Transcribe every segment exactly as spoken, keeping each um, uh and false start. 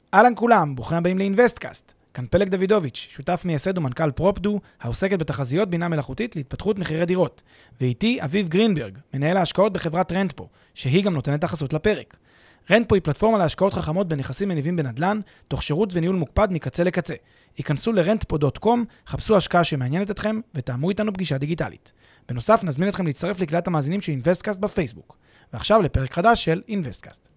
אהלן כולם, ברוכים הבאים לאינבסטקאסט. כאן פלג דוידוביץ', שותף מייסד ומנכ"ל פרופדו, העוסקת בתחזיות בינה מלאכותית להתפתחות מחירי דירות. ואיתי אביב גרינברג, מנהל ההשקעות בחברת רנטפו, שהיא גם נותנת החסות לפרק. רנטפו היא פלטפורמה להשקעות חכמות בנכסים מניבים בנדל"ן, תוך שירות וניהול מוקפד מקצה לקצה. היכנסו ל-רנטפו דוט קום, חפשו השקעה שמעניינת אתכם ותאמו איתנו פגישה דיגיטלית. בנוסף, נזמין אתכם להצטרף לקהילת המאזינים של אינבסטקאסט בפייסבוק. ועכשיו לפרק חדש של אינבסטקאסט.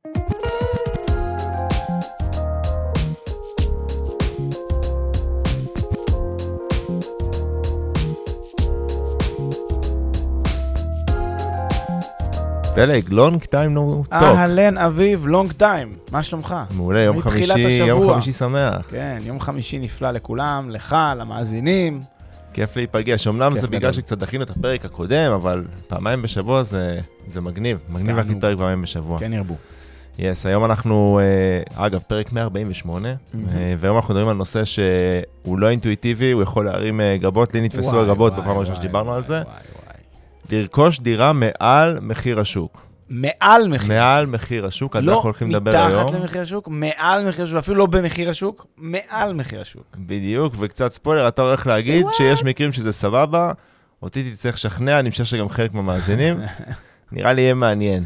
פלג, לונג טיים נו טוק. אהלן אביב, לונג טיים. מה שלומך? מעולה, יום חמישי, יום חמישי שמח. כן, יום חמישי נפלא לכולם, לך, למאזינים. כיף להיפגש. אמנם זה בגלל שקצת דחינו את הפרק הקודם, אבל פעמיים בשבוע זה, זה מגניב. מגניב להקליט פרק פעמיים בשבוע. כן ירבו. יס, היום אנחנו, אגב, פרק מאה ארבעים ושמונה, והיום אנחנו מדברים על נושא שהוא לא אינטואיטיבי, הוא יכול להרים גבות, לי נתפסו הגבות בפעם הראשונה שדיברנו על זה. לרכוש דירה מעל מחיר השוק. מעל מחיר. מעל מחיר השוק, על זה אנחנו הולכים לדבר היום. לא מתחת למחיר השוק, מעל מחיר השוק, אפילו לא במחיר השוק, מעל מחיר השוק. בדיוק, וקצת ספוילר, אתה הולך להגיד שיש מקרים שזה סבבה, אותי תצטרך לשכנע, אני חושב שגם חלק מהמאזינים, נראה לי יהיה מעניין.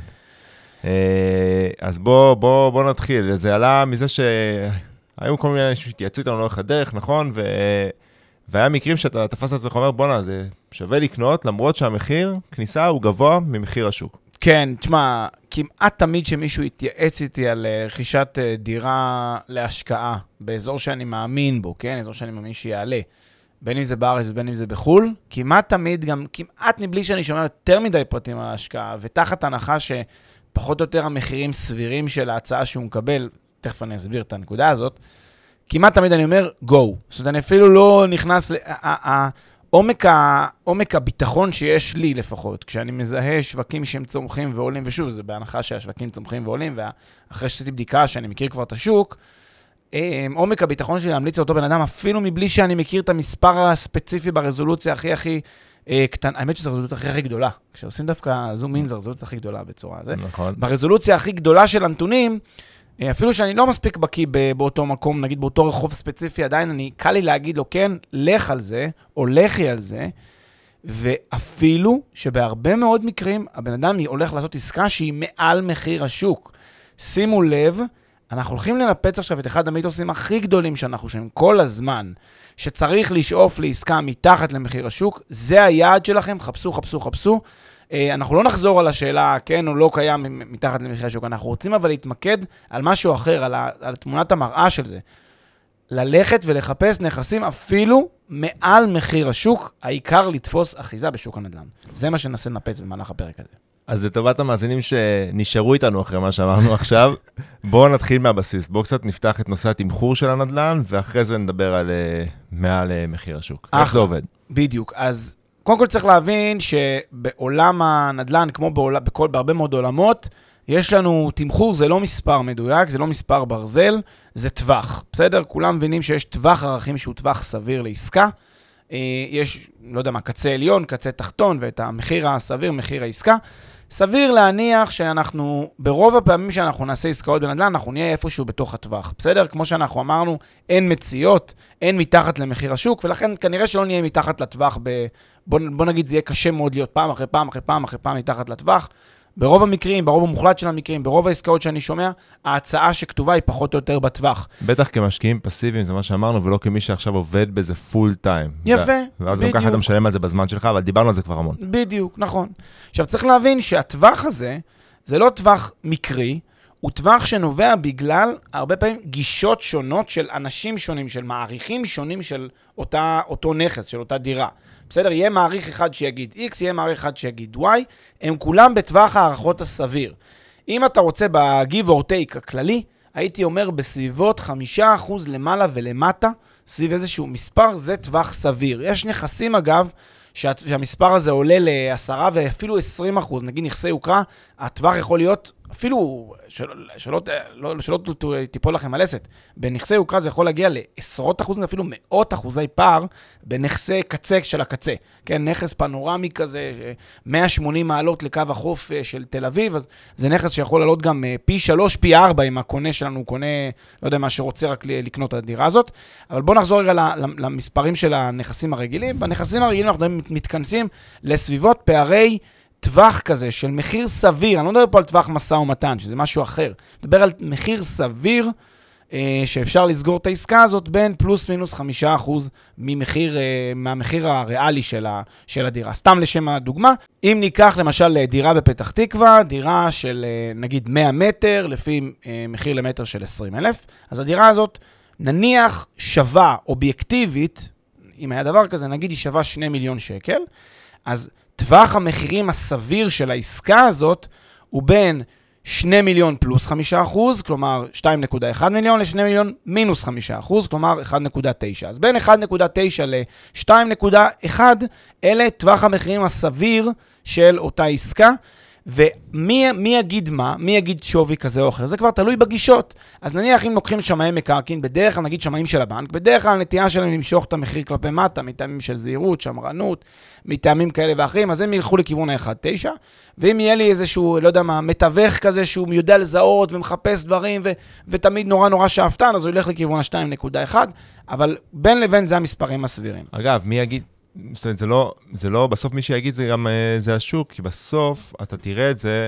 אז בוא, בוא, בוא נתחיל. זה עלה מזה שהיו כל מיני אנשים שהתייעצו איתנו לאורך הדרך, נכון? ו... והיה מקרים שאתה תפס את עצמך ואומר, בוא נה, זה שווה לקנות, למרות שהמחיר כניסה הוא גבוה ממחיר השוק. כן, תשמע, כמעט תמיד שמישהו יתייעץ איתי על רכישת דירה להשקעה, באזור שאני מאמין בו, כן? אזור שאני מאמין שיעלה, בין אם זה בארץ ובין אם זה בחול, כמעט תמיד, גם כמעט מבלי שאני שומע יותר מדי פרטים על ההשקעה, ותחת הנחה שפחות או יותר המחירים סבירים של ההצעה שהוא מקבל, תכף אני אסביר את הנקודה הזאת, כמעט תמיד אני אומר, go. זאת אומרת, אני אפילו לא נכנס, עומק הביטחון שיש לי לפחות, כשאני מזהה שווקים שהם צומחים ועולים, ושוב, זה בהנחה שהשווקים צומחים ועולים, ואחרי שעשיתי בדיקה שאני מכיר כבר את השוק, עומק הביטחון שלי להמליץ לאותו בן אדם, אפילו מבלי שאני מכיר את המספר הספציפי ברזולוציה הכי הכי קטנה, האמת שזו הרזולוציה הכי הכי גדולה, כשעושים דווקא זום אין, זו הרזולוציה הכי גדולה בצורה הזאת. נכון. ברזולוציה הכי גדולה של הנתונים, אפילו שאני לא מספיק בקיא באותו מקום, נגיד באותו רחוב ספציפי, עדיין אני, קל לי להגיד לו, כן, לך על זה, או לכי על זה, ואפילו שבהרבה מאוד מקרים, הבן אדם הולך לעשות עסקה שהיא מעל מחיר השוק. שימו לב, אנחנו הולכים לנפץ עכשיו את אחד המיתוסים הכי גדולים שאנחנו שומעים כל הזמן, שצריך לשאוף לעסקה מתחת למחיר השוק, זה היעד שלכם, חפשו, חפשו, חפשו, אנחנו לא נחזור על השאלה, כן או לא קיים מתחת למחיר השוק, אנחנו רוצים אבל להתמקד על משהו אחר, על, ה, על תמונת המראה של זה. ללכת ולחפש נכסים אפילו מעל מחיר השוק, העיקר לתפוס אחיזה בשוק הנדל"ן. זה מה שננסה לנפץ במהלך הפרק הזה. אז לטובת המאזינים שנשארו איתנו אחרי מה שאמרנו עכשיו, בואו נתחיל מהבסיס. בואו קצת נפתח את נושא התמחור של הנדל"ן, ואחרי זה נדבר על מעל מחיר השוק. איך זה עובד? בדיוק. אז קודם כל צריך להבין שבעולם הנדל"ן, כמו בעול, בכל, בהרבה מאוד עולמות, יש לנו תמחור, זה לא מספר מדויק, זה לא מספר ברזל, זה טווח. בסדר? כולם מבינים שיש טווח ערכים שהוא טווח סביר לעסקה. יש, לא יודע מה, קצה עליון, קצה תחתון, ואת המחיר הסביר, מחיר העסקה. סביר להניח שאנחנו, ברוב הפעמים שאנחנו נעשה עסקאות בנדל"ן, אנחנו נהיה איפשהו בתוך הטווח. בסדר? כמו שאנחנו אמרנו, אין מציאות, אין מתחת למחיר השוק, ולכן כנראה שלא נהיה מתחת לטווח ב... בוא, בוא נגיד, זה יהיה קשה מאוד להיות פעם אחרי פעם אחרי פעם אחרי פעם מתחת לטווח. ברוב המקרים, ברוב המוחלט של המקרים, ברוב העסקאות שאני שומע, ההצעה שכתובה היא פחות או יותר בטווח. בטח כמשקיעים פסיביים, זה מה שאמרנו, ולא כמי שעכשיו עובד בזה פול טיים. יפה, ו... ואז בדיוק. גם ככה אתה משלם על זה בזמן שלך, אבל דיברנו על זה כבר המון. בדיוק, נכון. עכשיו צריך להבין שהטווח הזה, זה לא טווח מקרי, הוא טווח שנובע בגלל הרבה פעמים גישות שונות של אנשים שונים, של מעריכים שונים של אותה, אותו נכס, של אותה דירה. בסדר? יהיה מעריך אחד שיגיד X, יהיה מעריך אחד שיגיד Y, הם כולם בטווח הערכות הסביר. אם אתה רוצה ב-give or take הכללי, הייתי אומר בסביבות חמישה אחוז למעלה ולמטה, סביב איזשהו מספר, זה טווח סביר. יש נכסים אגב, שהמספר הזה עולה ל-עשרה ואפילו עשרים אחוז, נגיד נכסי יוקרה, הטווח יכול להיות אפילו, שלא, שלא, לא, שלא תיפול לכם הלסת, בנכסי יוקרה זה יכול להגיע לעשרות אחוזים, אפילו מאות אחוזי פער, בנכסי קצה של הקצה. כן, נכס פנורמי כזה, מאה ושמונים מעלות לקו החוף של תל אביב, אז זה נכס שיכול לעלות גם פי שלוש, פי ארבע, אם הקונה שלנו הוא קונה, לא יודע מה שרוצה רק לקנות את הדירה הזאת. אבל בואו נחזור רגע למספרים של הנכסים הרגילים. בנכסים הרגילים אנחנו מתכנסים לסביבות פערי טווח כזה של מחיר סביר, אני לא מדבר פה על טווח מסע ומתן, שזה משהו אחר. מדבר על מחיר סביר, אה, שאפשר לסגור את העסקה הזאת בין פלוס מינוס חמישה אחוז ממחיר, אה, מהמחיר הריאלי של, ה, של הדירה. סתם לשם הדוגמה, אם ניקח למשל דירה בפתח תקווה, דירה של אה, נגיד מאה מטר, לפי אה, מחיר למטר של עשרים אלף, אז הדירה הזאת נניח שווה אובייקטיבית, אם היה דבר כזה, נגיד היא שווה שני מיליון שקל, אז טווח המחירים הסביר של העסקה הזאת הוא בין שני מיליון פלוס חמישה אחוז, כלומר שתיים נקודה אחת מיליון ל-שני מיליון מינוס חמישה אחוז, כלומר אחד נקודה תשע. אז בין אחד נקודה תשע ל-שתיים נקודה אחת, אלה טווח המחירים הסביר של אותה עסקה, ומי מי יגיד מה, מי יגיד שווי כזה או אחר, זה כבר תלוי בגישות. אז נניח אם לוקחים שמאי מקרקעין, בדרך כלל נגיד שמאים של הבנק, בדרך כלל הנטייה שלהם למשוך את המחיר כלפי מטה, מטעמים של זהירות, שמרנות, מטעמים כאלה ואחרים, אז הם ילכו לכיוון ה-אחד נקודה תשע, ואם יהיה לי איזשהו, לא יודע מה, מתווך כזה שהוא יודע לזהות ומחפש דברים, ו- ותמיד נורא נורא שאפתן, אז הוא ילך לכיוון ה-שתיים נקודה אחת, אבל בין לבין זה המספרים הסבירים. אגב, מי יגיד, זאת אומרת, זה לא, זה לא, בסוף מי שיגיד זה גם, זה השוק, כי בסוף אתה תראה את זה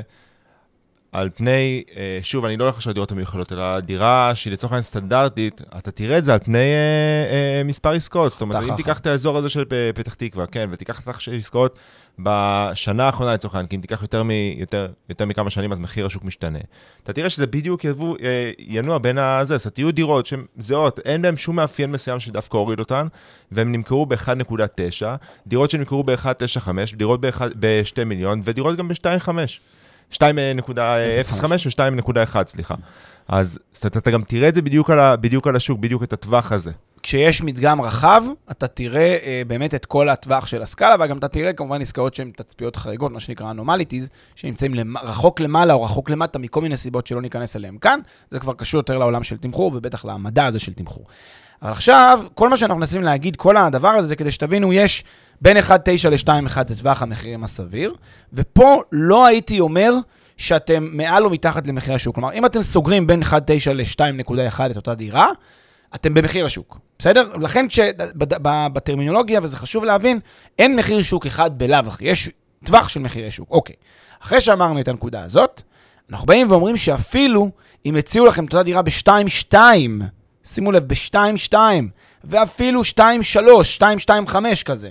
על פני, שוב, אני לא הולך לשאול דירות המיוחדות, אלא דירה שהיא לצורך העניין סטנדרטית, אתה תראה את זה על פני מספר עסקאות, זאת אומרת, אם תיקח את האזור הזה של פתח תקווה, כן, ותיקח את העסקאות בשנה האחרונה לצורך העניין, כי אם תיקח יותר, מ, יותר, יותר מכמה שנים, אז מחיר השוק משתנה. אתה תראה שזה בדיוק יבוא, ינוע בין הזה, אז תהיו דירות שהן זהות, אין בהן שום מאפיין מסוים שדווקא הוריד אותן, והן נמכרו ב-אחד נקודה תשע, דירות שנמכרו ב-אחד נקודה תשע חמש, דירות ב-שני מיליון, ודירות גם ב-שתיים נקודה חמש. שתיים נקודה אפס חמש ו-שתיים נקודה אחת, סליחה. אז אתה גם תראה את זה בדיוק על, ה, בדיוק על השוק, בדיוק את הטווח הזה. כשיש מדגם רחב, אתה תראה אה, באמת את כל הטווח של הסקאלה, וגם אתה תראה כמובן עסקאות שהן תצפיות חריגות, מה שנקרא אנומליטיז, שנמצאים למ... רחוק למעלה או רחוק למטה מכל מיני סיבות שלא ניכנס אליהם כאן. זה כבר קשור יותר לעולם של תמחור, ובטח למדע הזה של תמחור. אבל עכשיו, כל מה שאנחנו מנסים להגיד, כל הדבר הזה, זה כדי שתבינו, יש בין אחד נקודה תשע ל-שתיים נקודה אחת זה טווח המחירים הסביר, ופה לא הייתי אומר שאתם מעל או מתחת למחיר השוק. כלומר, אם אתם סוגרים בין אחד נקודה תשע ל-שתיים נקודה אחת את אותה דירה, אתם במחיר השוק. בסדר? לכן בטרמינולוגיה, וזה חשוב להבין, אין מחיר שוק אחד בלאו אחי, יש טווח של מחירי שוק. אוקיי. אחרי שאמרנו את הנקודה הזאת, אנחנו באים ואומרים שאפילו אם הציעו לכם את אותה דירה ב-שתיים נקודה שתיים, שימו לב, ב-שתיים נקודה שתיים, ואפילו שתיים נקודה שלוש, שתיים נקודה עשרים וחמש כזה,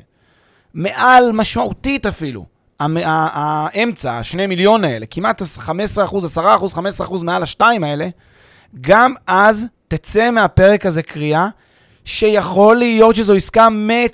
מעל משמעותית אפילו, האמצע, השני מיליון האלה, כמעט חמישה עשר אחוז, עשרה אחוז, חמישה עשר אחוז מעל השתיים האלה, גם אז תצא מהפרק הזה קריאה, שיכול להיות שזו עסקה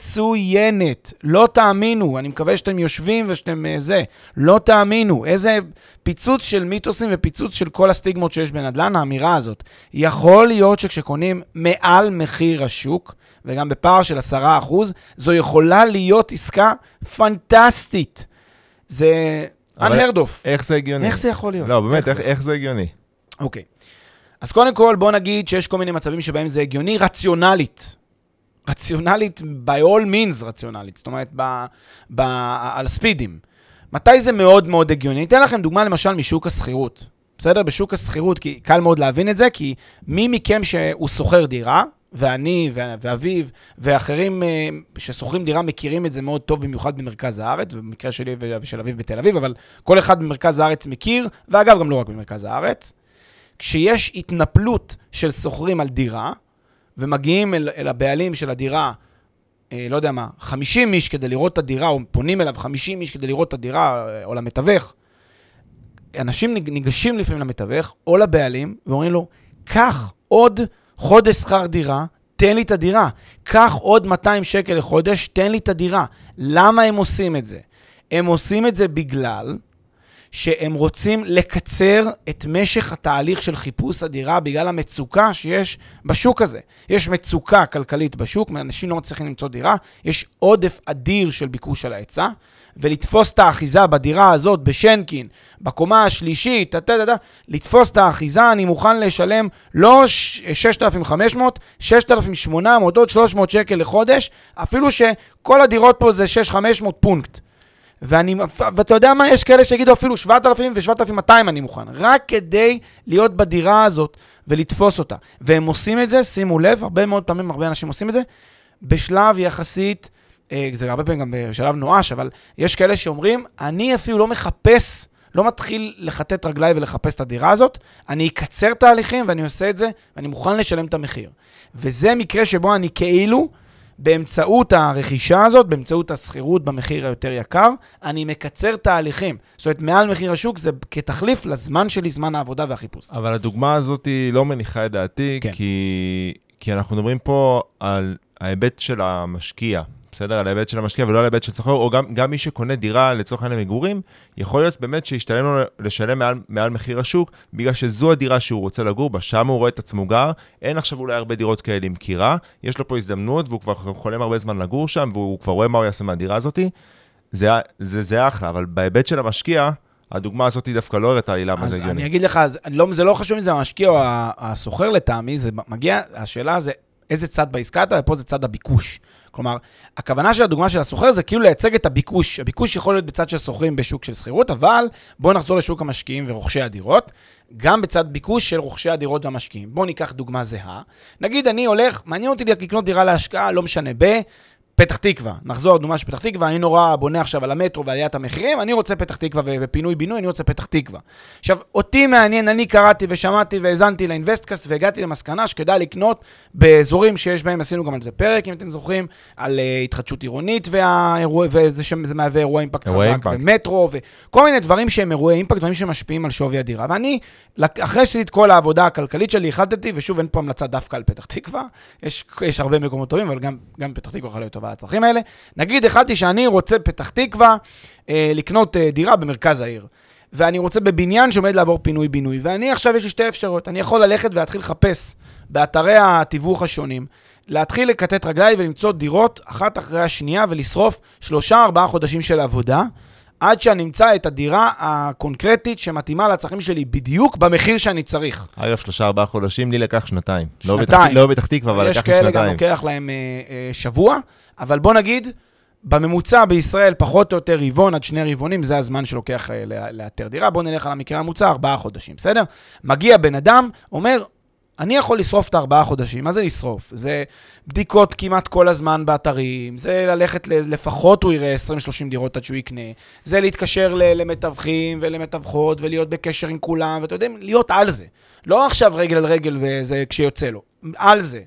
מצוינת. לא תאמינו, אני מקווה שאתם יושבים ושאתם זה, לא תאמינו. איזה פיצוץ של מיתוסים ופיצוץ של כל הסטיגמות שיש בנדל"ן, האמירה הזאת. יכול להיות שכשקונים מעל מחיר השוק, וגם בפער של עשרה אחוז, זו יכולה להיות עסקה פנטסטית. זה unheard of. איך זה הגיוני? איך זה יכול להיות? לא, באמת, איך, איך זה הגיוני? אוקיי. אז קודם כל, בוא נגיד שיש כל מיני מצבים שבהם זה הגיוני, רציונלית. רציונלית, by all means רציונלית. זאת אומרת, ב, ב, על הספידים. מתי זה מאוד מאוד הגיוני? אתן לכם דוגמה למשל משוק הסחירות. בסדר? בשוק הסחירות, כי קל מאוד להבין את זה, כי מי מכם שהוא סוחר דירה, ואני ואביו ואחרים שסוחרים דירה מכירים את זה מאוד טוב, במיוחד במרכז הארץ, במקרה שלי ושל אביו בתל אביב, אבל כל אחד במרכז הארץ מכיר, ואגב גם לא רק במרכז הארץ. כשיש התנפלות של סוחרים על דירה, ומגיעים אל, אל הבעלים של הדירה, אה, לא יודע מה, חמישים איש כדי לראות את הדירה, או פונים אליו חמישים איש כדי לראות את הדירה, או למתווך, אנשים ניגשים לפעמים למתווך, או לבעלים, ואומרים לו, קח עוד חודש שכר דירה, תן לי את הדירה. קח עוד מאתיים שקל לחודש, תן לי את הדירה. למה הם עושים את זה? הם עושים את זה בגלל שהם רוצים לקצר את משך התהליך של חיפוש הדירה בגלל המצוקה שיש בשוק הזה. יש מצוקה כלכלית בשוק, אנשים לא מצליחים למצוא דירה, יש עודף אדיר של ביקוש על ההיצע, ולתפוס את האחיזה בדירה הזאת בשנקין, בקומה השלישית, תתתתת, לתפוס את האחיזה, אני מוכן לשלם לא ששת אלפים וחמש מאות, ששת אלפים ושמונה מאות, עוד שלוש מאות שקל לחודש, אפילו שכל הדירות פה זה שש אלף וחמש מאות פונקט. ואני, ואתה יודע מה, יש כאלה שיגידו אפילו שבעת אלפים ו-שבעת אלפים ומאתיים אני מוכן, רק כדי להיות בדירה הזאת ולתפוס אותה. והם עושים את זה, שימו לב, הרבה מאוד פעמים, הרבה אנשים עושים את זה, בשלב יחסית, זה הרבה פעמים גם בשלב נואש, אבל יש כאלה שאומרים, אני אפילו לא מחפש, לא מתחיל לחטט רגליי ולחפש את הדירה הזאת, אני אקצר תהליכים ואני עושה את זה, ואני מוכן לשלם את המחיר. וזה מקרה שבו אני כאילו, באמצעות הרכישה הזאת, באמצעות הסחירות במחיר היותר יקר, אני מקצר תהליכים. זאת אומרת, מעל מחיר השוק זה כתחליף לזמן שלי, זמן העבודה והחיפוש. אבל הדוגמה הזאת היא לא מניחה את דעתי, כן. כי, כי אנחנו מדברים פה על ההיבט של המשקיע, בסדר? על ההיבט של המשקיע ולא על ההיבט של סוחר, או גם, גם מי שקונה דירה לצורך העניין למגורים, יכול להיות באמת שישתלם לו לשלם מעל, מעל מחיר השוק, בגלל שזו הדירה שהוא רוצה לגור בה, שם הוא רואה את עצמו גר, אין עכשיו אולי הרבה דירות כאלה עם קירה, יש לו פה הזדמנות, והוא כבר חולם הרבה זמן לגור שם, והוא כבר רואה מה הוא יעשה מהדירה הזאת, זה, זה, זה אחלה, אבל בהיבט של המשקיע, הדוגמה הזאת היא דווקא לא הראתה לי למה זה הגיוני. אני אגיד לך, לא, זה לא חשוב אם זה המשקיע או הסוחר לטעמי, זה מגיע, השאלה זה איזה צד בעסקה אתה, ופה זה צד הביקוש. כלומר, הכוונה של הדוגמה של הסוחר זה כאילו לייצג את הביקוש. הביקוש יכול להיות בצד של סוחרים בשוק של שכירות, אבל בואו נחזור לשוק המשקיעים ורוכשי הדירות, גם בצד ביקוש של רוכשי הדירות והמשקיעים. בואו ניקח דוגמה זהה. נגיד אני הולך, מעניין אותי לקנות דירה להשקעה, לא משנה, בפתח תקווה. נחזור לדוגמה של פתח תקווה, אני נורא בונה עכשיו על המטרו ועליית המחירים, אני רוצה פתח תקווה ופינוי בינוי, אני רוצה פתח תקווה. עכשיו, אותי מעניין, אני קראתי ושמעתי והזנתי לאינבסטקאסט והגעתי למסקנה שכדאי לקנות באזורים שיש בהם, עשינו גם על זה פרק, אם אתם זוכרים, על uh, התחדשות עירונית והאירוע, וזה שזה מהווה אירוע אימפקט חזק, ומטרו, וכל מיני דברים שהם אירועי אימפקט, דברים שמשפיעים על שווי הדירה. ואני, אחרי שעשיתי את כל העבודה הכלכלית שלי, החלטתי, ושוב אין פה המלצה דווקא על פתח תקווה, יש, יש הרבה מקומות טובים, אבל גם, גם פתח תקווה יכולה להיות טובה לצרכים האלה. נגיד, החלטתי שאני רוצה פתח תקווה, אה, לקנות אה, דירה במרכז העיר. ואני רוצה בבניין שעומד לעבור פינוי-בינוי. ואני עכשיו יש לי שתי אפשרות. אני יכול ללכת ולהתחיל לחפש באתרי התיווך השונים, להתחיל לקטט רגליי ולמצוא דירות אחת אחרי השנייה ולשרוף שלושה ארבעה חודשים של עבודה, עד שאני אמצא את הדירה הקונקרטית שמתאימה לצרכים שלי בדיוק במחיר שאני צריך. אגב, שלושה ארבעה חודשים, לי לקח שנתיים. שנתיים. לא בתח תקווה, אבל לקח לי שנתיים. יש כאלה גם לוקח להם אה, אה, שבוע, אבל בוא נגיד, בממוצע בישראל פחות או יותר רבעון עד שני רבעונים, זה הזמן שלוקח לאתר דירה. בוא נלך על המקרה הממוצע, ארבעה חודשים, בסדר? מגיע בן אדם, אומר, אני יכול לשרוף את הארבעה חודשים. מה זה לשרוף? זה בדיקות כמעט כל הזמן באתרים, זה ללכת לפחות הוא יראה עשרים שלושים דירות עד שהוא יקנה, זה להתקשר למתווכים ולמתווכות ולהיות בקשר עם כולם, ואתה יודע, להיות על זה. לא עכשיו רגל על רגל וזה כשיוצא לו, על זה.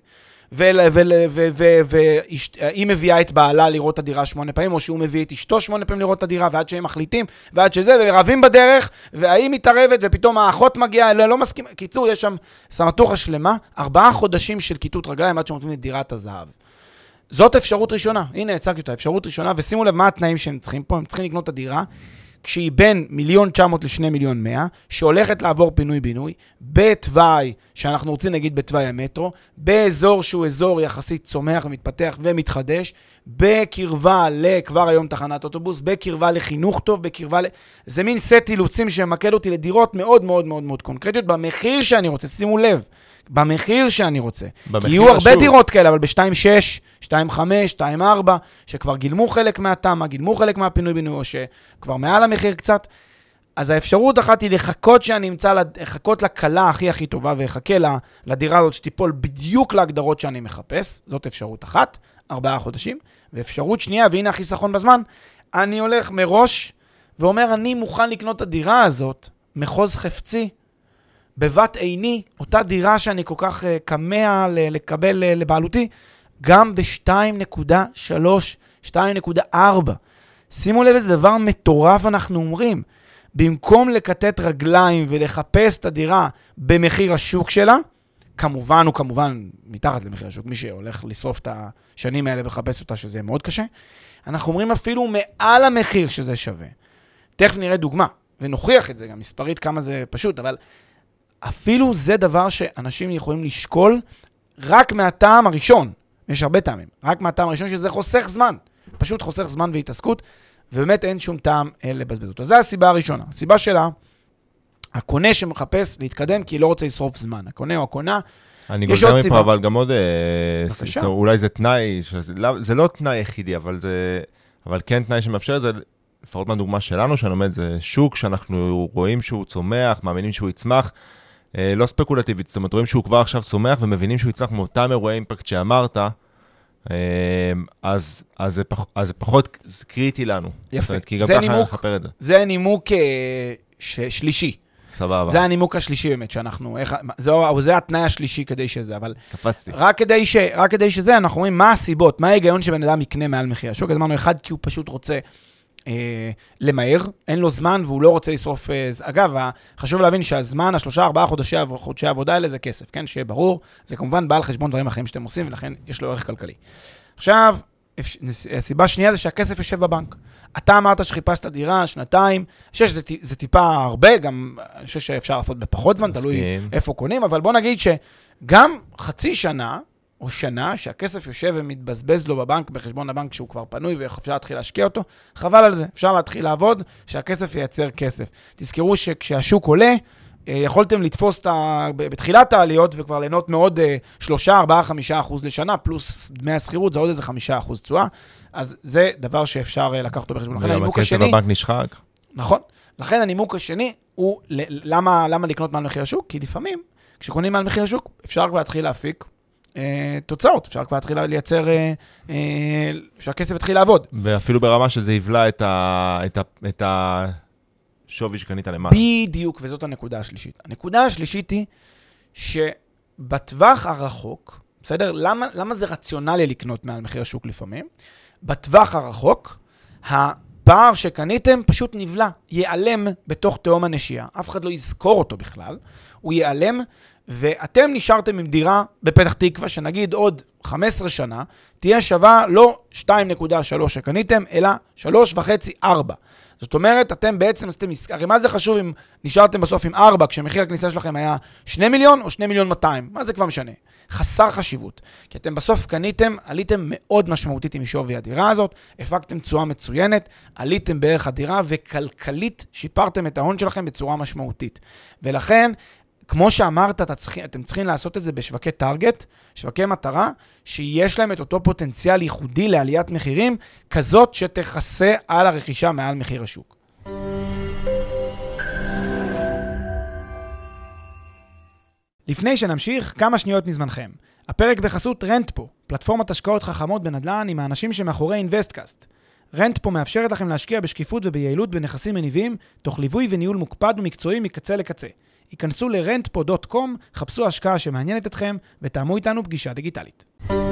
והיא מביאה את בעלה לראות את הדירה שמונה פעמים, או שהוא מביא את אשתו שמונה פעמים לראות את הדירה, ועד שהם מחליטים, ועד שזה, ורבים בדרך, והיא מתערבת, ופתאום האחות מגיעה, לא, לא מסכים. קיצור, יש שם סמטוחה שלמה, ארבעה חודשים של כיתות רגליים, עד שמותבים את דירת הזהב. זאת אפשרות ראשונה. הנה, הצגתי אותה, אפשרות ראשונה, ושימו לב מה התנאים שהם צריכים פה, הם צריכים לקנות את הדירה, כשהיא בין מיליון תשע מאות לשני מיליון מאה, שהולכת לעבור פינוי-בינוי, בתוואי, שאנחנו רוצים נגיד בתוואי המטרו, באזור שהוא אזור יחסית צומח ומתפתח ומתחדש, בקרבה לכבר היום תחנת אוטובוס, בקרבה לחינוך טוב, בקרבה ל... זה מין סט אילוצים שמקל אותי לדירות מאוד מאוד מאוד מאוד קונקרטיות, במחיר שאני רוצה, שימו לב, במחיר שאני רוצה. כי יהיו הרבה השוק. דירות כאלה, אבל ב-שתיים שש, שתיים חמש, שתיים ארבע, שכבר גילמו חלק מהתמה, גילמו חלק מהפינוי-בינוי, או שכבר מעל המחיר קצת. אז האפשרות אחת היא לחכות שאני אמצא, לחכות לקלה הכי הכי טובה, ולחכה לדירה הזאת שתיפול בדיוק להגדרות שאני מחפש. זאת אפשרות אחת, ארבעה חודשים. ואפשרות שנייה, והנה החיסכון בזמן, אני הולך מראש, ואומר, אני מוכן לקנות את הדירה הזאת, מחוז חפצי, בבת עיני, אותה דירה שאני כל כך כמה לקבל לבעלותי, גם ב-שתיים נקודה שלוש, שתיים נקודה ארבע. שימו לב איזה דבר מטורף אנחנו אומרים. במקום לקטט רגליים ולחפש את הדירה במחיר השוק שלה, כמובן הוא כמובן מתחת למחיר השוק, מי שהולך לשרוף את השנים האלה ולחפש אותה שזה מאוד קשה, אנחנו אומרים אפילו מעל המחיר שזה שווה. תכף נראה דוגמה. ונוכיח את זה גם מספרית כמה זה פשוט, אבל אפילו זה דבר שאנשים יכולים לשקול רק מהטעם הראשון, יש הרבה טעמים, רק מהטעם הראשון שזה חוסך זמן, פשוט חוסך זמן והתעסקות, ובאמת אין שום טעם לבזבז אותו. זו הסיבה הראשונה. הסיבה שלה, הקונה שמחפש להתקדם כי לא רוצה לשרוף זמן. הקונה או הקונה, אני גוזר מפה, אבל גם עוד, אולי זה תנאי, זה לא תנאי יחידי, אבל זה, אבל כן תנאי שמאפשר את זה, לפחות מהדוגמה שלנו, שאני אומר, זה שוק שאנחנו רואים שהוא צומח, מאמינים שהוא יצמח, לא ספקולטיבית, זאת אומרת, רואים שהוא כבר עכשיו צומח, ומבינים שהוא יצמח מאותם אירועי אימפקט שאמרת, אז, אז, זה פח, אז זה פחות קריטי לנו. יפה. אומרת, כי גם ככה נימוק, נחפר את זה. זה נימוק ש, שלישי. סבבה. זה הנימוק השלישי באמת, שאנחנו, איך, זה, זה התנאי השלישי כדי שזה, אבל... קפצתי. רק כדי, ש, רק כדי שזה, אנחנו רואים מה הסיבות, מה ההיגיון שבן אדם יקנה מעל מחיר השוק. אז אמרנו, אחד, כי הוא פשוט רוצה אה, למהר, אין לו זמן והוא לא רוצה לשרוף... אה, אגב, חשוב להבין שהזמן, השלושה, ארבעה חודשי, חודשי עבודה האלה זה כסף, כן? שיהיה ברור. זה כמובן בא על חשבון דברים אחרים שאתם עושים, ולכן יש לו ערך כלכלי. עכשיו, הסיבה השנייה זה שהכסף יושב בבנק. אתה אמרת שחיפשת דירה, שנתיים, אני חושב שזה זה טיפה הרבה, גם אני חושב שאפשר לעשות בפחות זמן, תלוי איפה קונים, אבל בוא נגיד שגם חצי שנה או שנה שהכסף יושב ומתבזבז לו בבנק, בחשבון הבנק שהוא כבר פנוי ואפשר להתחיל להשקיע אותו, חבל על זה, אפשר להתחיל לעבוד, שהכסף ייצר כסף. תזכרו שכשהשוק עולה, יכולתם לתפוס את ה... בתחילת העליות וכבר ליהנות מאוד שלושה, ארבעה, חמישה אחוז לשנה, פלוס דמי הסחירות, זה עוד איזה חמישה אחוז תשואה. אז זה דבר שאפשר לקחת אותו בחשבון. לכן הנימוק השני... הכסף בבנק נשחק. נכון. לכן הנימוק השני הוא למה, למה לקנות מעל מחיר השוק? כי לפעמים, כשקונים מעל מחיר השוק, אפשר כבר להתחיל להפיק אה, תוצאות. אפשר כבר להתחיל לייצר... אה, אה, שהכסף יתחיל לעבוד. ואפילו ברמה שזה יבלע את ה... את ה... את ה... שווי שקנית למעלה. בדיוק, וזאת הנקודה השלישית. הנקודה השלישית היא שבטווח הרחוק, בסדר? למה, למה זה רציונלי לקנות מעל מחיר השוק לפעמים? בטווח הרחוק, הפער שקניתם פשוט נבלע, ייעלם בתוך תאום הנשייה. אף אחד לא יזכור אותו בכלל, הוא ייעלם, ואתם נשארתם עם דירה בפתח תקווה, שנגיד עוד חמש עשרה שנה, תהיה שווה לא שתיים נקודה שלוש שקניתם, אלא שלוש וחצי, ארבע. זאת אומרת, אתם בעצם עשיתם, הרי מה זה חשוב אם נשארתם בסוף עם ארבע, כשמחיר הכניסה שלכם היה שני מיליון או שני מיליון מאתיים? מה זה כבר משנה? חסר חשיבות. כי אתם בסוף קניתם, עליתם מאוד משמעותית עם שווי הדירה הזאת, הפקתם תשואה מצוינת, עליתם בערך הדירה, וכלכלית שיפרתם את ההון שלכם בצורה משמעותית. ולכן, כמו שאמרת, אתם צריכים לעשות את זה בשווקי טארגט, שווקי מטרה, שיש להם את אותו פוטנציאל ייחודי לעליית מחירים, כזאת שתכסה על הרכישה מעל מחיר השוק. לפני שנמשיך, כמה שניות מזמנכם. הפרק בחסות רנטפו, פלטפורמת השקעות חכמות בנדל"ן עם האנשים שמאחורי אינבסטקאסט. רנטפו מאפשרת לכם להשקיע בשקיפות וביעילות בנכסים מניבים, תוך ליווי וניהול מוקפד ומקצועי מקצה לקצה. היכנסו ל-רנטפו דוט קום, חפשו השקעה שמעניינת אתכם, ותאמו איתנו פגישה דיגיטלית.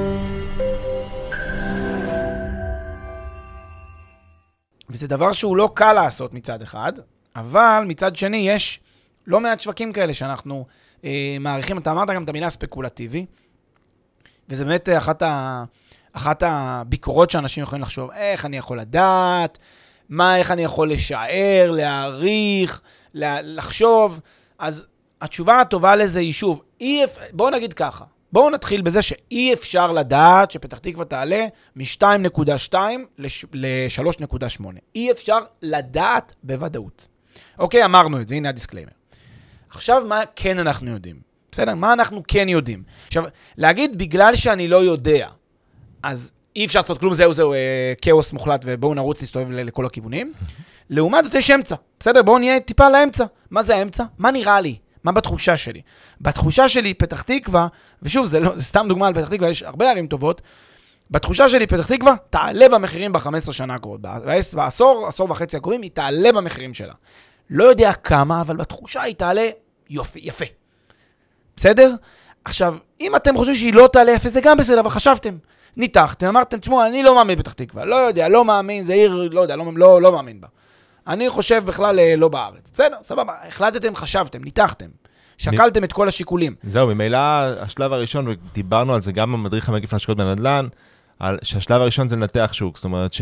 וזה דבר שהוא לא קל לעשות מצד אחד, אבל מצד שני יש לא מעט שווקים כאלה שאנחנו אה, מעריכים, אתה אמרת גם את המילה ספקולטיבי, וזה באמת אחת, ה, אחת הביקורות שאנשים יכולים לחשוב, איך אני יכול לדעת, מה, איך אני יכול לשער, להעריך, לחשוב, אז התשובה הטובה לזה היא שוב, אי, בואו נגיד ככה, בואו נתחיל בזה שאי אפשר לדעת שפתח תקווה תעלה מ-שתיים נקודה שתיים ל-שלוש נקודה שמונה. אי אפשר לדעת בוודאות. אוקיי, אמרנו את זה, הנה הדיסקליימר. עכשיו מה כן אנחנו יודעים? בסדר? מה אנחנו כן יודעים? עכשיו, להגיד בגלל שאני לא יודע, אז אי אפשר לעשות כלום, זהו, זהו, אה, כאוס מוחלט, ובואו נרוץ להסתובב לכל הכיוונים. לעומת זאת יש אמצע, בסדר? בואו נהיה טיפה לאמצע. מה זה האמצע? מה נראה לי? מה בתחושה שלי? בתחושה שלי פתח תקווה, ושוב, זה, לא, זה סתם דוגמה על פתח תקווה, יש הרבה ערים טובות, בתחושה שלי פתח תקווה תעלה במחירים ב-חמש עשרה שנה הקרובות, בעשור, עשור וחצי הקרובים, היא תעלה במחירים שלה. לא יודע כמה, אבל בתחושה היא תעלה יופי, יפה. בסדר? עכשיו, אם אתם חושבים שהיא לא תעלה יפה, זה גם בסדר, אבל חשבתם, ניתחתם, אמרתם, תשמעו, אני לא מאמין בפתח תקווה, לא יודע, לא מאמין, זה עיר, לא יודע, לא, לא, לא מאמין בה. אני חושב בכלל לא בארץ. בסדר, סבבה, החלטתם, חשבתם, ניתחתם, שקלתם את כל השיקולים. זהו, ממילא השלב הראשון, ודיברנו על זה גם במדריך המקיף להשקעות בנדל"ן, על שהשלב הראשון זה לנתח שוק, זאת אומרת שאם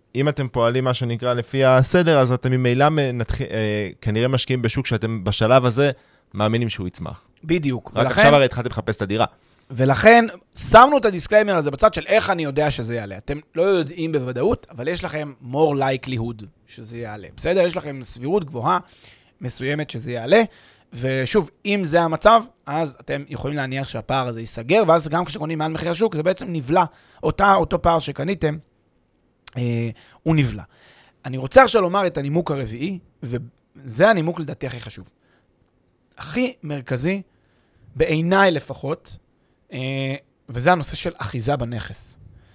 אם אתם פועלים מה שנקרא לפי הסדר, אז אתם ממילא מנתח... אה, כנראה משקיעים בשוק שאתם בשלב הזה מאמינים שהוא יצמח. בדיוק. רק ולכן... עכשיו הרי התחלתם לחפש את הדירה. ולכן שמנו את הדיסקליימר הזה בצד של איך אני יודע שזה יעלה. אתם לא יודעים בוודאות, אבל יש לכם more likelihood שזה יעלה. בסדר? יש לכם סבירות גבוהה מסוימת שזה יעלה. ושוב, אם זה המצב, אז אתם יכולים להניח שהפער הזה ייסגר, ואז גם כשקונים מעל מחיר השוק, זה בעצם נבלע. אותה, אותו פער שקניתם, אה, הוא נבלע. אני רוצה עכשיו לומר את הנימוק הרביעי, וזה הנימוק לדעתי הכי חשוב. הכי מרכזי, בעיניי לפחות, אה, וזה הנושא של אחיזה בנכס.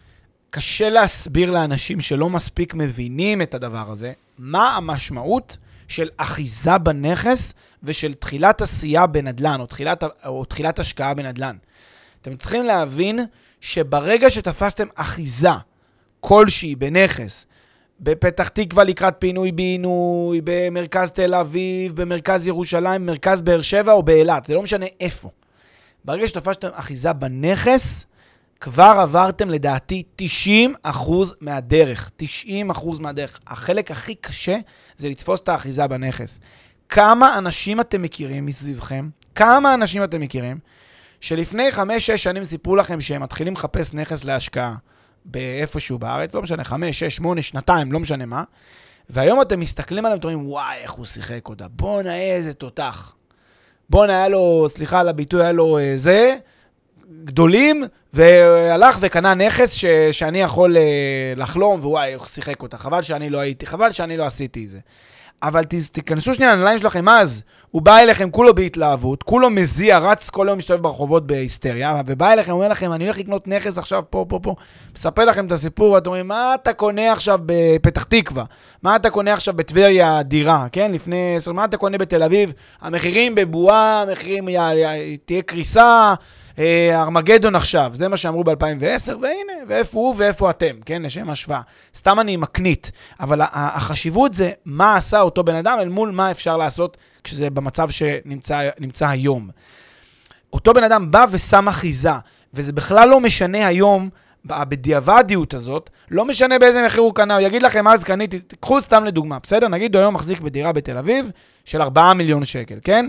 קשה להסביר לאנשים שלא מספיק מבינים את הדבר הזה, מה המשמעות של אחיזה בנכס ושל תחילת עשייה בנדלן, או תחילת, או תחילת השקעה בנדלן. אתם צריכים להבין שברגע שתפסתם אחיזה כלשהי בנכס, בפתח תקווה לקראת פינוי בינוי, במרכז תל אביב, במרכז ירושלים, במרכז באר שבע או באילת, זה לא משנה איפה. ברגע שתפסתם אחיזה בנכס, כבר עברתם לדעתי תשעים אחוז מהדרך. תשעים אחוז מהדרך. החלק הכי קשה זה לתפוס את האחיזה בנכס. כמה אנשים אתם מכירים מסביבכם? כמה אנשים אתם מכירים? שלפני חמש, שש שנים סיפרו לכם שהם מתחילים לחפש נכס להשקעה באיפשהו בארץ, לא משנה, חמש, שש, שמונה, שנתיים, לא משנה מה. והיום אתם מסתכלים עליהם ואומרים, וואי, איך הוא שיחק אותה. בוא נהיה איזה תותח. בוא נהיה לו, סליחה על הביטוי, היה לו אה, זה, גדולים, והלך וקנה נכס ש, שאני יכול אה, לחלום, ווואי, הוא שיחק אותה. חבל שאני לא הייתי, חבל שאני לא עשיתי את זה. אבל תיכנסו שנייה לנעליים שלכם, אז הוא בא אליכם כולו בהתלהבות, כולו מזיע, רץ כל יום מסתובב ברחובות בהיסטריה, ובא אליכם, אומר לכם, אני הולך לקנות נכס עכשיו פה, פה, פה, מספר לכם את הסיפור, ואתם אומרים, מה אתה קונה עכשיו בפתח תקווה? מה אתה קונה עכשיו בטבריה דירה, כן? לפני, מה אתה קונה בתל אביב? המחירים בבועה, המחירים, תהיה קריסה, ארמגדון עכשיו, זה מה שאמרו ב-אלפיים ועשר, והנה, ואיפה הוא ואיפה אתם, כן, לשם השוואה. סתם אני מקנית, אבל החשיבות זה מה עשה אותו בן אדם, אל מול מה אפשר לעשות כשזה במצב שנמצא נמצא היום. אותו בן אדם בא ושם אחיזה, וזה בכלל לא משנה היום, בדיעבדיות הזאת, לא משנה באיזה מחיר הוא קנה, הוא יגיד לכם, אז קניתי, תקחו סתם לדוגמה, בסדר? נגיד, הוא היום מחזיק בדירה בתל אביב, של ארבעה מיליון שקל, כן?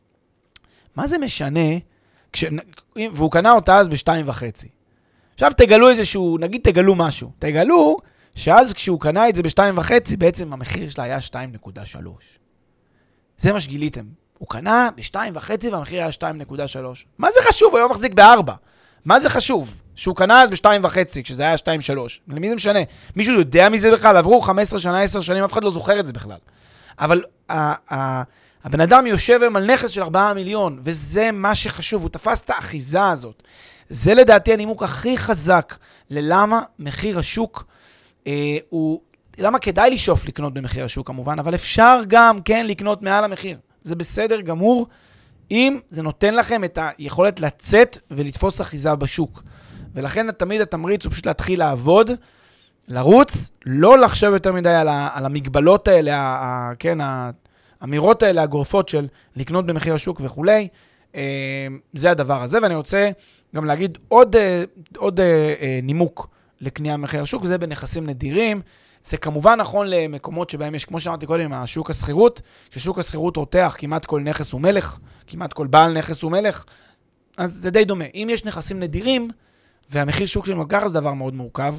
מה זה משנה? כש... והוא קנה אותה אז בשתיים וחצי. עכשיו תגלו איזשהו, נגיד תגלו משהו. תגלו שאז כשהוא קנה את זה בשתיים וחצי, בעצם המחיר שלה היה שתיים נקודה שלוש. זה מה שגיליתם. הוא קנה בשתיים וחצי והמחיר היה שתיים נקודה שלוש. מה זה חשוב? הוא היום מחזיק בארבע. מה זה חשוב? שהוא קנה אז בשתיים וחצי, כשזה היה שתיים שלוש. למי זה משנה? מישהו יודע מזה בכלל? עברו חמש עשרה שנה, עשר שנים, אף אחד לא זוכר את זה בכלל. אבל ה- ה- הבן אדם יושב על נכס של ארבעה מיליון, וזה מה שחשוב, הוא תפס את האחיזה הזאת. זה לדעתי הנימוק הכי חזק ללמה מחיר השוק אה, הוא, למה כדאי לשאוף לקנות במחיר השוק כמובן, אבל אפשר גם כן לקנות מעל המחיר. זה בסדר גמור, אם זה נותן לכם את היכולת לצאת ולתפוס אחיזה בשוק. ולכן תמיד התמריץ הוא פשוט להתחיל לעבוד, לרוץ, לא לחשוב יותר מדי על, ה, על המגבלות האלה, ה, כן, ה... אמירות האלה, הגורפות של לקנות במחיר השוק וכולי, זה הדבר הזה, ואני רוצה גם להגיד עוד, עוד נימוק לקנייה במחיר השוק, זה בנכסים נדירים, זה כמובן נכון למקומות שבהם יש, כמו שאמרתי קודם, השוק הסחירות, כששוק הסחירות רותח, כמעט כל נכס הוא מלך, כמעט כל בעל נכס הוא מלך, אז זה די דומה. אם יש נכסים נדירים, והמחיר שוק שלהם לקח זה דבר מאוד מורכב,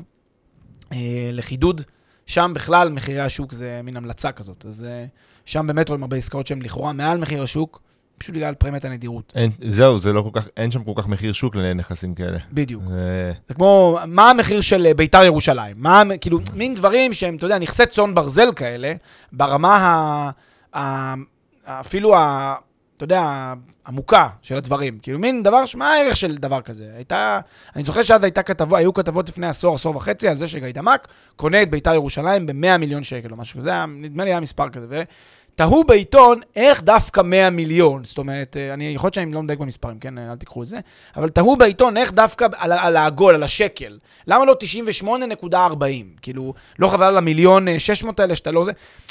לחידוד, שם בכלל מחירי השוק זה מין המלצה כזאת, אז שם באמת רואים הרבה עסקאות שהן לכאורה מעל מחיר השוק, פשוט בגלל פרמיית הנדירות. אין, זהו, זה לא כל כך, אין שם כל כך מחיר שוק לנכסים כאלה. בדיוק. ו... זה כמו, מה המחיר של ביתר ירושלים? מה, כאילו, מין דברים שהם, אתה יודע, נכסי צאן ברזל כאלה, ברמה ה... ה... אפילו ה... אתה יודע, עמוקה של הדברים. כאילו, מין דבר, מה הערך של דבר כזה? הייתה, אני זוכר שאז הייתה כתבות, היו כתבות לפני עשור, עשור וחצי, על זה שגיידמק קונה את ביתר ירושלים ב-מאה מיליון שקל או משהו כזה, נדמה לי היה מספר כזה, ותהו בעיתון איך דווקא מאה מיליון, זאת אומרת, אני יכול להיות שאני לא מדייק במספרים, כן, אל תיקחו את זה, אבל תהו בעיתון איך דווקא על, על העגול, על השקל, למה לא תשעים ושמונה נקודה ארבעים? כאילו, לא חבל על המיליון שש מאות האלה שאתה לא זה,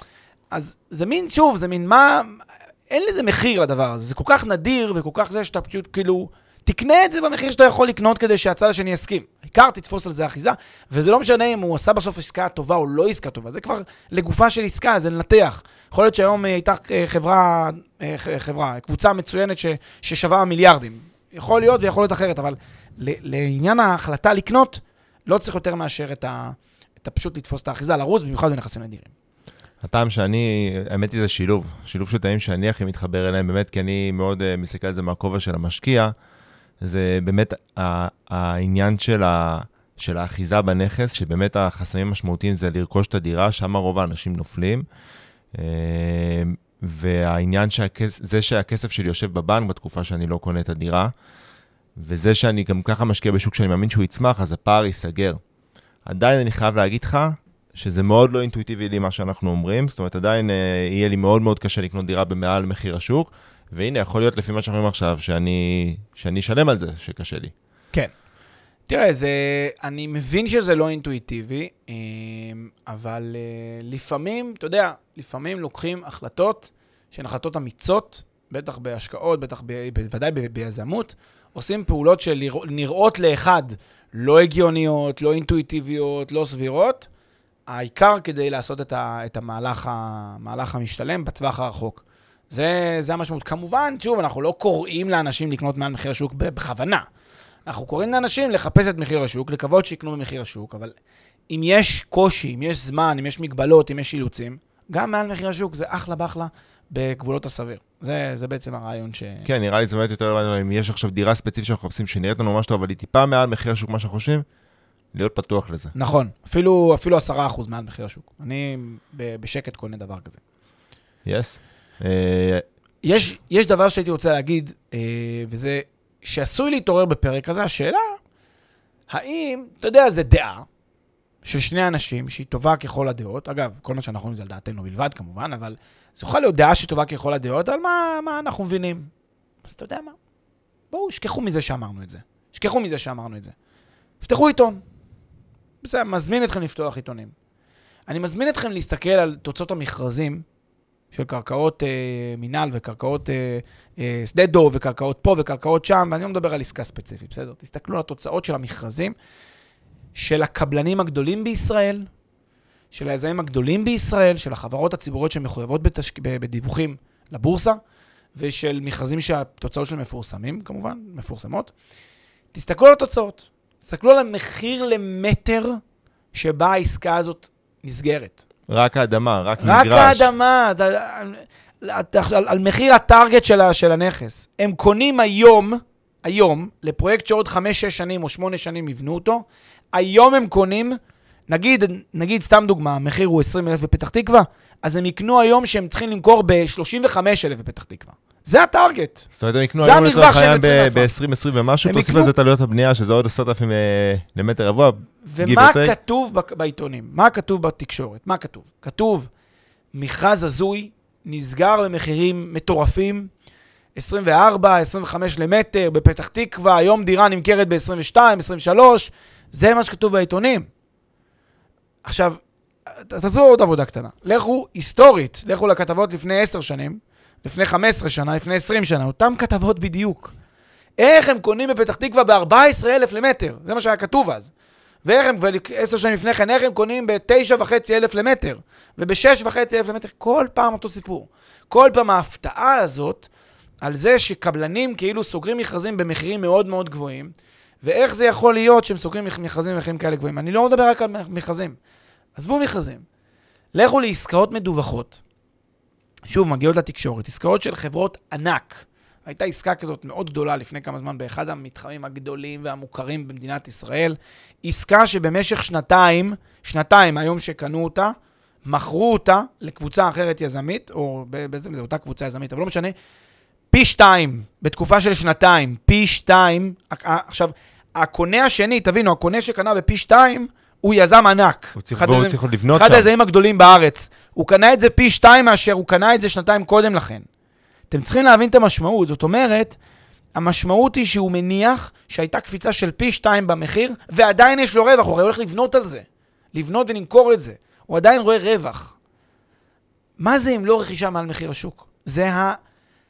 אז זה מין, שוב, זה מין מה... אין לזה מחיר לדבר הזה, זה כל כך נדיר וכל כך זה שאתה פשוט כאילו, תקנה את זה במחיר שאתה יכול לקנות כדי שהצד השני יסכים. העיקר תתפוס על זה אחיזה, וזה לא משנה אם הוא עשה בסוף עסקה טובה או לא עסקה טובה, זה כבר לגופה של עסקה, זה לנתח. יכול להיות שהיום הייתה חברה, חברה, קבוצה מצוינת ש, ששווה מיליארדים. יכול להיות ויכול להיות אחרת, אבל לעניין ההחלטה לקנות, לא צריך יותר מאשר את ה... אתה פשוט לתפוס את האחיזה, לרוץ, במיוחד בנכסים נדירים. הטעם שאני, האמת היא זה שילוב, שילוב של טעמים שאני הכי מתחבר אליהם, באמת, כי אני מאוד uh, מסתכל על זה מהכובע של המשקיע, זה באמת העניין של, ה, של האחיזה בנכס, שבאמת החסמים המשמעותיים זה לרכוש את הדירה, שם רוב האנשים נופלים, uh, והעניין שהכס, זה שהכסף שלי יושב בבנק בתקופה שאני לא קונה את הדירה, וזה שאני גם ככה משקיע בשוק שאני מאמין שהוא יצמח, אז הפער ייסגר. עדיין אני חייב להגיד לך, שזה מאוד לא אינטואיטיבי לי מה שאנחנו אומרים, זאת אומרת, עדיין אה, יהיה לי מאוד מאוד קשה לקנות דירה במעל מחיר השוק, והנה, יכול להיות לפי מה שאנחנו אומרים עכשיו, שאני, שאני אשלם על זה, שקשה לי. כן. תראה, זה, אני מבין שזה לא אינטואיטיבי, אבל לפעמים, אתה יודע, לפעמים לוקחים החלטות, שהן החלטות אמיצות, בטח בהשקעות, בטח בוודאי ביזמות, עושים פעולות שנראות לאחד לא הגיוניות, לא אינטואיטיביות, לא סבירות, העיקר כדי לעשות את, ה, את המהלך, המהלך המשתלם בטווח הרחוק. זה, זה המשמעות. כמובן, שוב, אנחנו לא קוראים לאנשים לקנות מעל מחיר השוק בכוונה. אנחנו קוראים לאנשים לחפש את מחיר השוק, לקוות שיקנו במחיר השוק, אבל אם יש קושי, אם יש זמן, אם יש מגבלות, אם יש אילוצים, גם מעל מחיר השוק זה אחלה באחלה בגבולות הסביר. זה, זה בעצם הרעיון ש... כן, נראה לי זה באמת יותר, אם יש עכשיו דירה ספציפית שאנחנו חפשים שנראית לנו ממש טוב, אבל היא טיפה מעל מחיר השוק, מה שאנחנו חושבים, להיות פתוח לזה. נכון, אפילו, אפילו עשרה אחוז מעל מחיר השוק. אני בשקט קונה דבר כזה. Yes. יש, יש דבר שהייתי רוצה להגיד, וזה שעשוי להתעורר בפרק הזה, השאלה, האם, אתה יודע, זה דעה של שני אנשים שהיא טובה ככל הדעות, אגב, כל מה שאנחנו רואים זה על דעתנו בלבד כמובן, אבל זה יכול להיות דעה שהיא טובה ככל הדעות, על מה, מה אנחנו מבינים. אז אתה יודע מה? בואו, שכחו מזה שאמרנו את זה. שכחו מזה שאמרנו את זה. פתחו עיתון. בסדר, מזמין אתכם לפתוח עיתונים. אני מזמין אתכם להסתכל על תוצאות המכרזים של קרקעות אה, מינל וקרקעות אה, אה, שדה דוב וקרקעות פה וקרקעות שם, ואני לא מדבר על עסקה ספציפית, בסדר? תסתכלו על התוצאות של המכרזים, של הקבלנים הגדולים בישראל, של היזמים הגדולים בישראל, של החברות הציבוריות שמחויבות בתשק... בדיווחים לבורסה, ושל מכרזים שהתוצאות שלהם מפורסמים, כמובן, מפורסמות. תסתכלו על התוצאות. תסתכלו על המחיר למטר שבה העסקה הזאת נסגרת. רק האדמה, רק מגרש. רק האדמה, על, על, על מחיר הטארגט של, של הנכס. הם קונים היום, היום, לפרויקט שעוד חמש, שש שנים או שמונה שנים יבנו אותו, היום הם קונים, נגיד, נגיד סתם דוגמה, המחיר הוא עשרים אלף בפתח תקווה, אז הם יקנו היום שהם צריכים למכור ב-שלושים וחמישה אלף בפתח תקווה. זה הטארגט. זאת אומרת, הם יקנו היום לצורך העניין ב-עשרים עשרים ומשהו, תוסיף לזה את עלויות הבנייה, שזה עוד עשרת אלפים למטר רבוע. ומה כתוב בעיתונים? מה כתוב בתקשורת? מה כתוב? כתוב, מכרז הזוי, נסגר במחירים מטורפים, עשרים וארבע, עשרים וחמש למטר, בפתח תקווה, היום דירה נמכרת ב-עשרים ושתיים, עשרים ושלוש, זה מה שכתוב בעיתונים. עכשיו, תעשו עוד עבודה קטנה. לכו היסטורית, לכו לכתבות לפני עשר שנים, לפני חמש עשרה שנה, לפני עשרים שנה, אותם כתבות בדיוק. איך הם קונים בפתח תקווה ב-ארבעה עשר אלף למטר? זה מה שהיה כתוב אז. ואיך הם, ועשר שנים לפני כן, איך הם קונים ב-תשע וחצי אלף למטר, וב-שש וחצי אלף למטר, כל פעם אותו סיפור. כל פעם ההפתעה הזאת, על זה שקבלנים כאילו סוגרים מכרזים במחירים מאוד מאוד גבוהים, ואיך זה יכול להיות שהם סוגרים מכרזים במחירים כאלה גבוהים. אני לא מדבר רק על מכרזים. עזבו מכרזים. לכו לעסקאות מדווחות. שוב, מגיעות לתקשורת. עסקאות של חברות ענק. הייתה עסקה כזאת מאוד גדולה לפני כמה זמן באחד המתחרים הגדולים והמוכרים במדינת ישראל. עסקה שבמשך שנתיים, שנתיים היום שקנו אותה, מכרו אותה לקבוצה אחרת יזמית, או בעצם זו אותה קבוצה יזמית, אבל לא משנה, פי שתיים, בתקופה של שנתיים, פי שתיים. עכשיו, הקונה השני, תבינו, הקונה שקנה בפי שתיים, הוא יזם ענק. הוא צריך, הוא צריך לבנות שם. אחד היזמים הגדולים בארץ. הוא קנה את זה פי שתיים מאשר, הוא קנה את זה שנתיים קודם לכן. אתם צריכים להבין את המשמעות. זאת אומרת, המשמעות היא שהוא מניח שהייתה קפיצה של פי שתיים במחיר, ועדיין יש לו רווח. הוא הולך לבנות על זה. לבנות ולמכור את זה. הוא עדיין רואה רווח. מה זה אם לא רכישה מעל מחיר השוק? זה ה...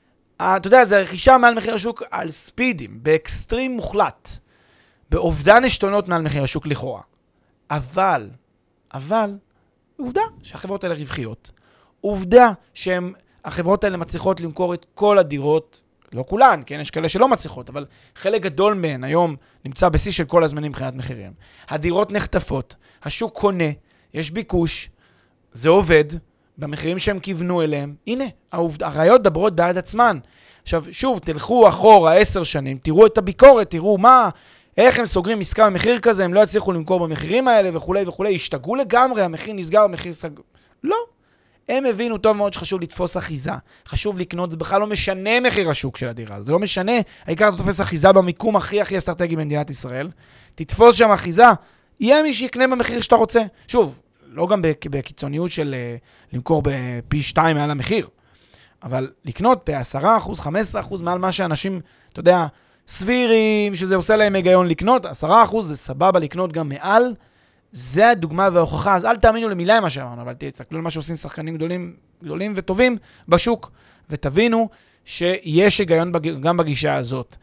אתה יודע, זה רכישה מעל מחיר השוק על ספידים, באקסטרים מוחלט, באובדן השתונות מעל מחיר השוק לכאורה. אבל, אבל, עובדה שהחברות האלה רווחיות. עובדה שהחברות האלה מצליחות למכור את כל הדירות, לא כולן, כן, יש כאלה שלא מצליחות, אבל חלק גדול מהן היום נמצא בשיא של כל הזמנים מבחינת מחירים. הדירות נחטפות, השוק קונה, יש ביקוש, זה עובד, במחירים שהם כיוונו אליהם. הנה, העובד, הראיות דברות בעד עצמן. עכשיו, שוב, תלכו אחורה עשר שנים, תראו את הביקורת, תראו מה, איך הם סוגרים עסקה במחיר כזה, הם לא יצליחו למכור במחירים האלה וכו' וכו', השתגעו לגמרי, המחיר נסגר, המחיר סג... לא. הם הבינו טוב מאוד שחשוב לתפוס אחיזה, חשוב לקנות, זה בכלל לא משנה מחיר השוק של הדירה, זה לא משנה, העיקר אתה תופס אחיזה במיקום הכי הכי אסטרטגי במדינת ישראל, תתפוס שם אחיזה, יהיה מי שיקנה במחיר שאתה רוצה. שוב, לא גם בקיצוניות של למכור בפי שתיים מעל המחיר, אבל לקנות ב-עשרה אחוז, חמישה עשר אחוז מעל מה שאנשים, אתה יודע, סבירים, שזה עושה להם היגיון לקנות, עשרה אחוז זה סבבה לקנות גם מעל, זה הדוגמה וההוכחה, אז אל תאמינו למילה מה שאמרנו, אבל תסתכלו על מה שעושים שחקנים גדולים, גדולים וטובים בשוק, ותבינו שיש היגיון גם בגישה הזאת.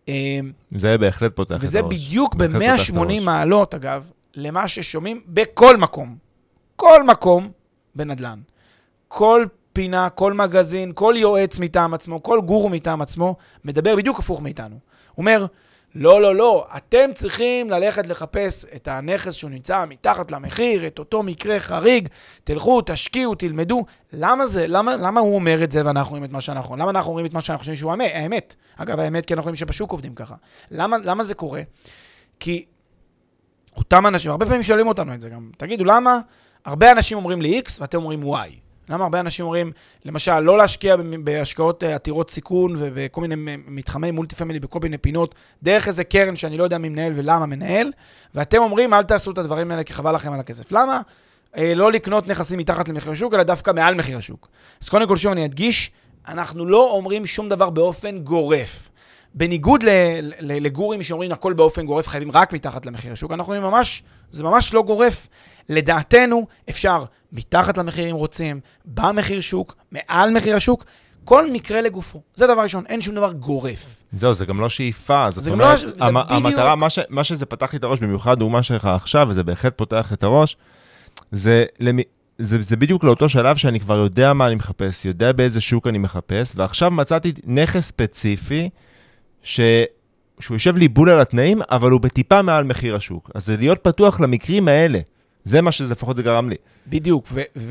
זה בהחלט פותח את הראש. וזה בדיוק ב-מאה ושמונים מעלות, אגב, למה ששומעים בכל מקום. כל מקום בנדלן. כל פינה, כל מגזין, כל יועץ מטעם עצמו, כל גורו מטעם עצמו, מדבר בדיוק הפוך מאיתנו. הוא אומר, לא, לא, לא, אתם צריכים ללכת לחפש את הנכס שהוא נמצא מתחת למחיר, את אותו מקרה חריג, תלכו, תשקיעו, תלמדו. למה זה? למה, למה הוא אומר את זה ואנחנו רואים את מה שאנחנו? למה אנחנו רואים את מה שאנחנו חושבים שהוא האמת? אגב, האמת, כי אנחנו רואים שבשוק עובדים ככה. למה, למה זה קורה? כי אותם אנשים, הרבה פעמים שואלים אותנו את זה גם, תגידו, למה הרבה אנשים אומרים לי X ואתם אומרים Y? למה הרבה אנשים אומרים, למשל, לא להשקיע בהשקעות עתירות סיכון ובכל מיני מתחמי מולטי פמילי בכל מיני פינות, דרך איזה קרן שאני לא יודע מי מנהל ולמה מנהל, ואתם אומרים, אל תעשו את הדברים האלה כי חבל לכם על הכסף. למה? לא לקנות נכסים מתחת למחיר השוק, אלא דווקא מעל מחיר השוק. אז קודם כל שוב אני אדגיש, אנחנו לא אומרים שום דבר באופן גורף. בניגוד לגורים שאומרים הכל באופן גורף, חייבים רק מתחת למחיר השוק, אנחנו אומרים ממש, זה ממש לא גורף. לדעתנו אפשר מתחת למחיר אם רוצים, במחיר שוק, מעל מחיר השוק, כל מקרה לגופו. זה דבר ראשון, אין שום דבר גורף. זהו, זה גם לא שאיפה, זאת אומרת, המטרה, מה שזה פתח לי את הראש, במיוחד הוא מה שלך עכשיו, וזה בהחלט פותח את הראש, זה זה, זה בדיוק לאותו שלב שאני כבר יודע מה אני מחפש, יודע באיזה שוק אני מחפש, ועכשיו מצאתי נכס ספציפי, ש... שהוא יושב לי בול על התנאים, אבל הוא בטיפה מעל מחיר השוק. אז זה להיות פתוח למקרים האלה. זה מה שזה, לפחות זה גרם לי. בדיוק,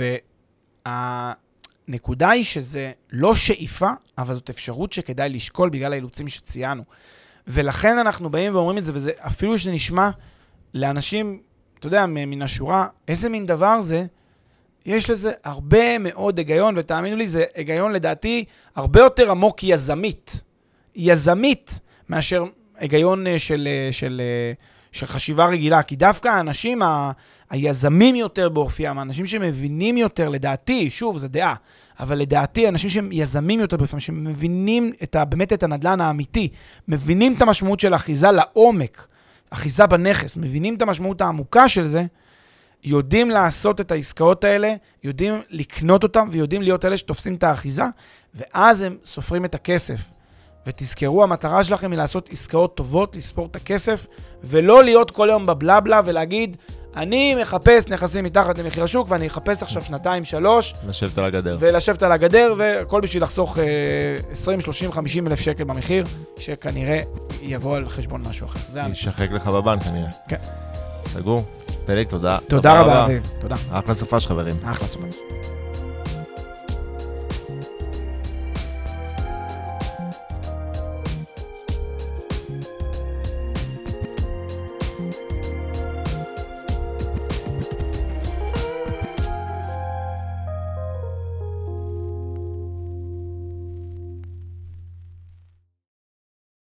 והנקודה היא שזה לא שאיפה, אבל זאת אפשרות שכדאי לשקול בגלל האילוצים שציינו. ולכן אנחנו באים ואומרים את זה, וזה אפילו שזה נשמע לאנשים, אתה יודע, מן השורה, איזה מין דבר זה, יש לזה הרבה מאוד היגיון, ותאמינו לי, זה היגיון לדעתי הרבה יותר עמוק יזמית. יזמית מאשר היגיון של, של, של חשיבה רגילה, כי דווקא האנשים ה, היזמים יותר באופיים, האנשים שמבינים יותר, לדעתי, שוב, זה דעה, אבל לדעתי, אנשים שהם יזמים יותר באופיים, שמבינים את ה, באמת את הנדלן האמיתי, מבינים את המשמעות של אחיזה לעומק, אחיזה בנכס, מבינים את המשמעות העמוקה של זה, יודעים לעשות את העסקאות האלה, יודעים לקנות אותם, ויודעים להיות אלה שתופסים את האחיזה, ואז הם סופרים את הכסף. ותזכרו, המטרה שלכם היא לעשות עסקאות טובות, לספור את הכסף, ולא להיות כל יום בבלבלה ולהגיד, אני מחפש נכסים מתחת למחיר השוק, ואני אחפש עכשיו שנתיים, שלוש. לשבת על הגדר. ולשבת על הגדר, וכל בשביל לחסוך עשרים, שלושים, חמישים אלף שקל במחיר, שכנראה יבוא על חשבון משהו אחר. זה ישחק לך בבנק כנראה. כן. סגור. פלג, תודה. תודה רבה, אביב. תודה. אחלה סופש, חברים. אחלה סופש.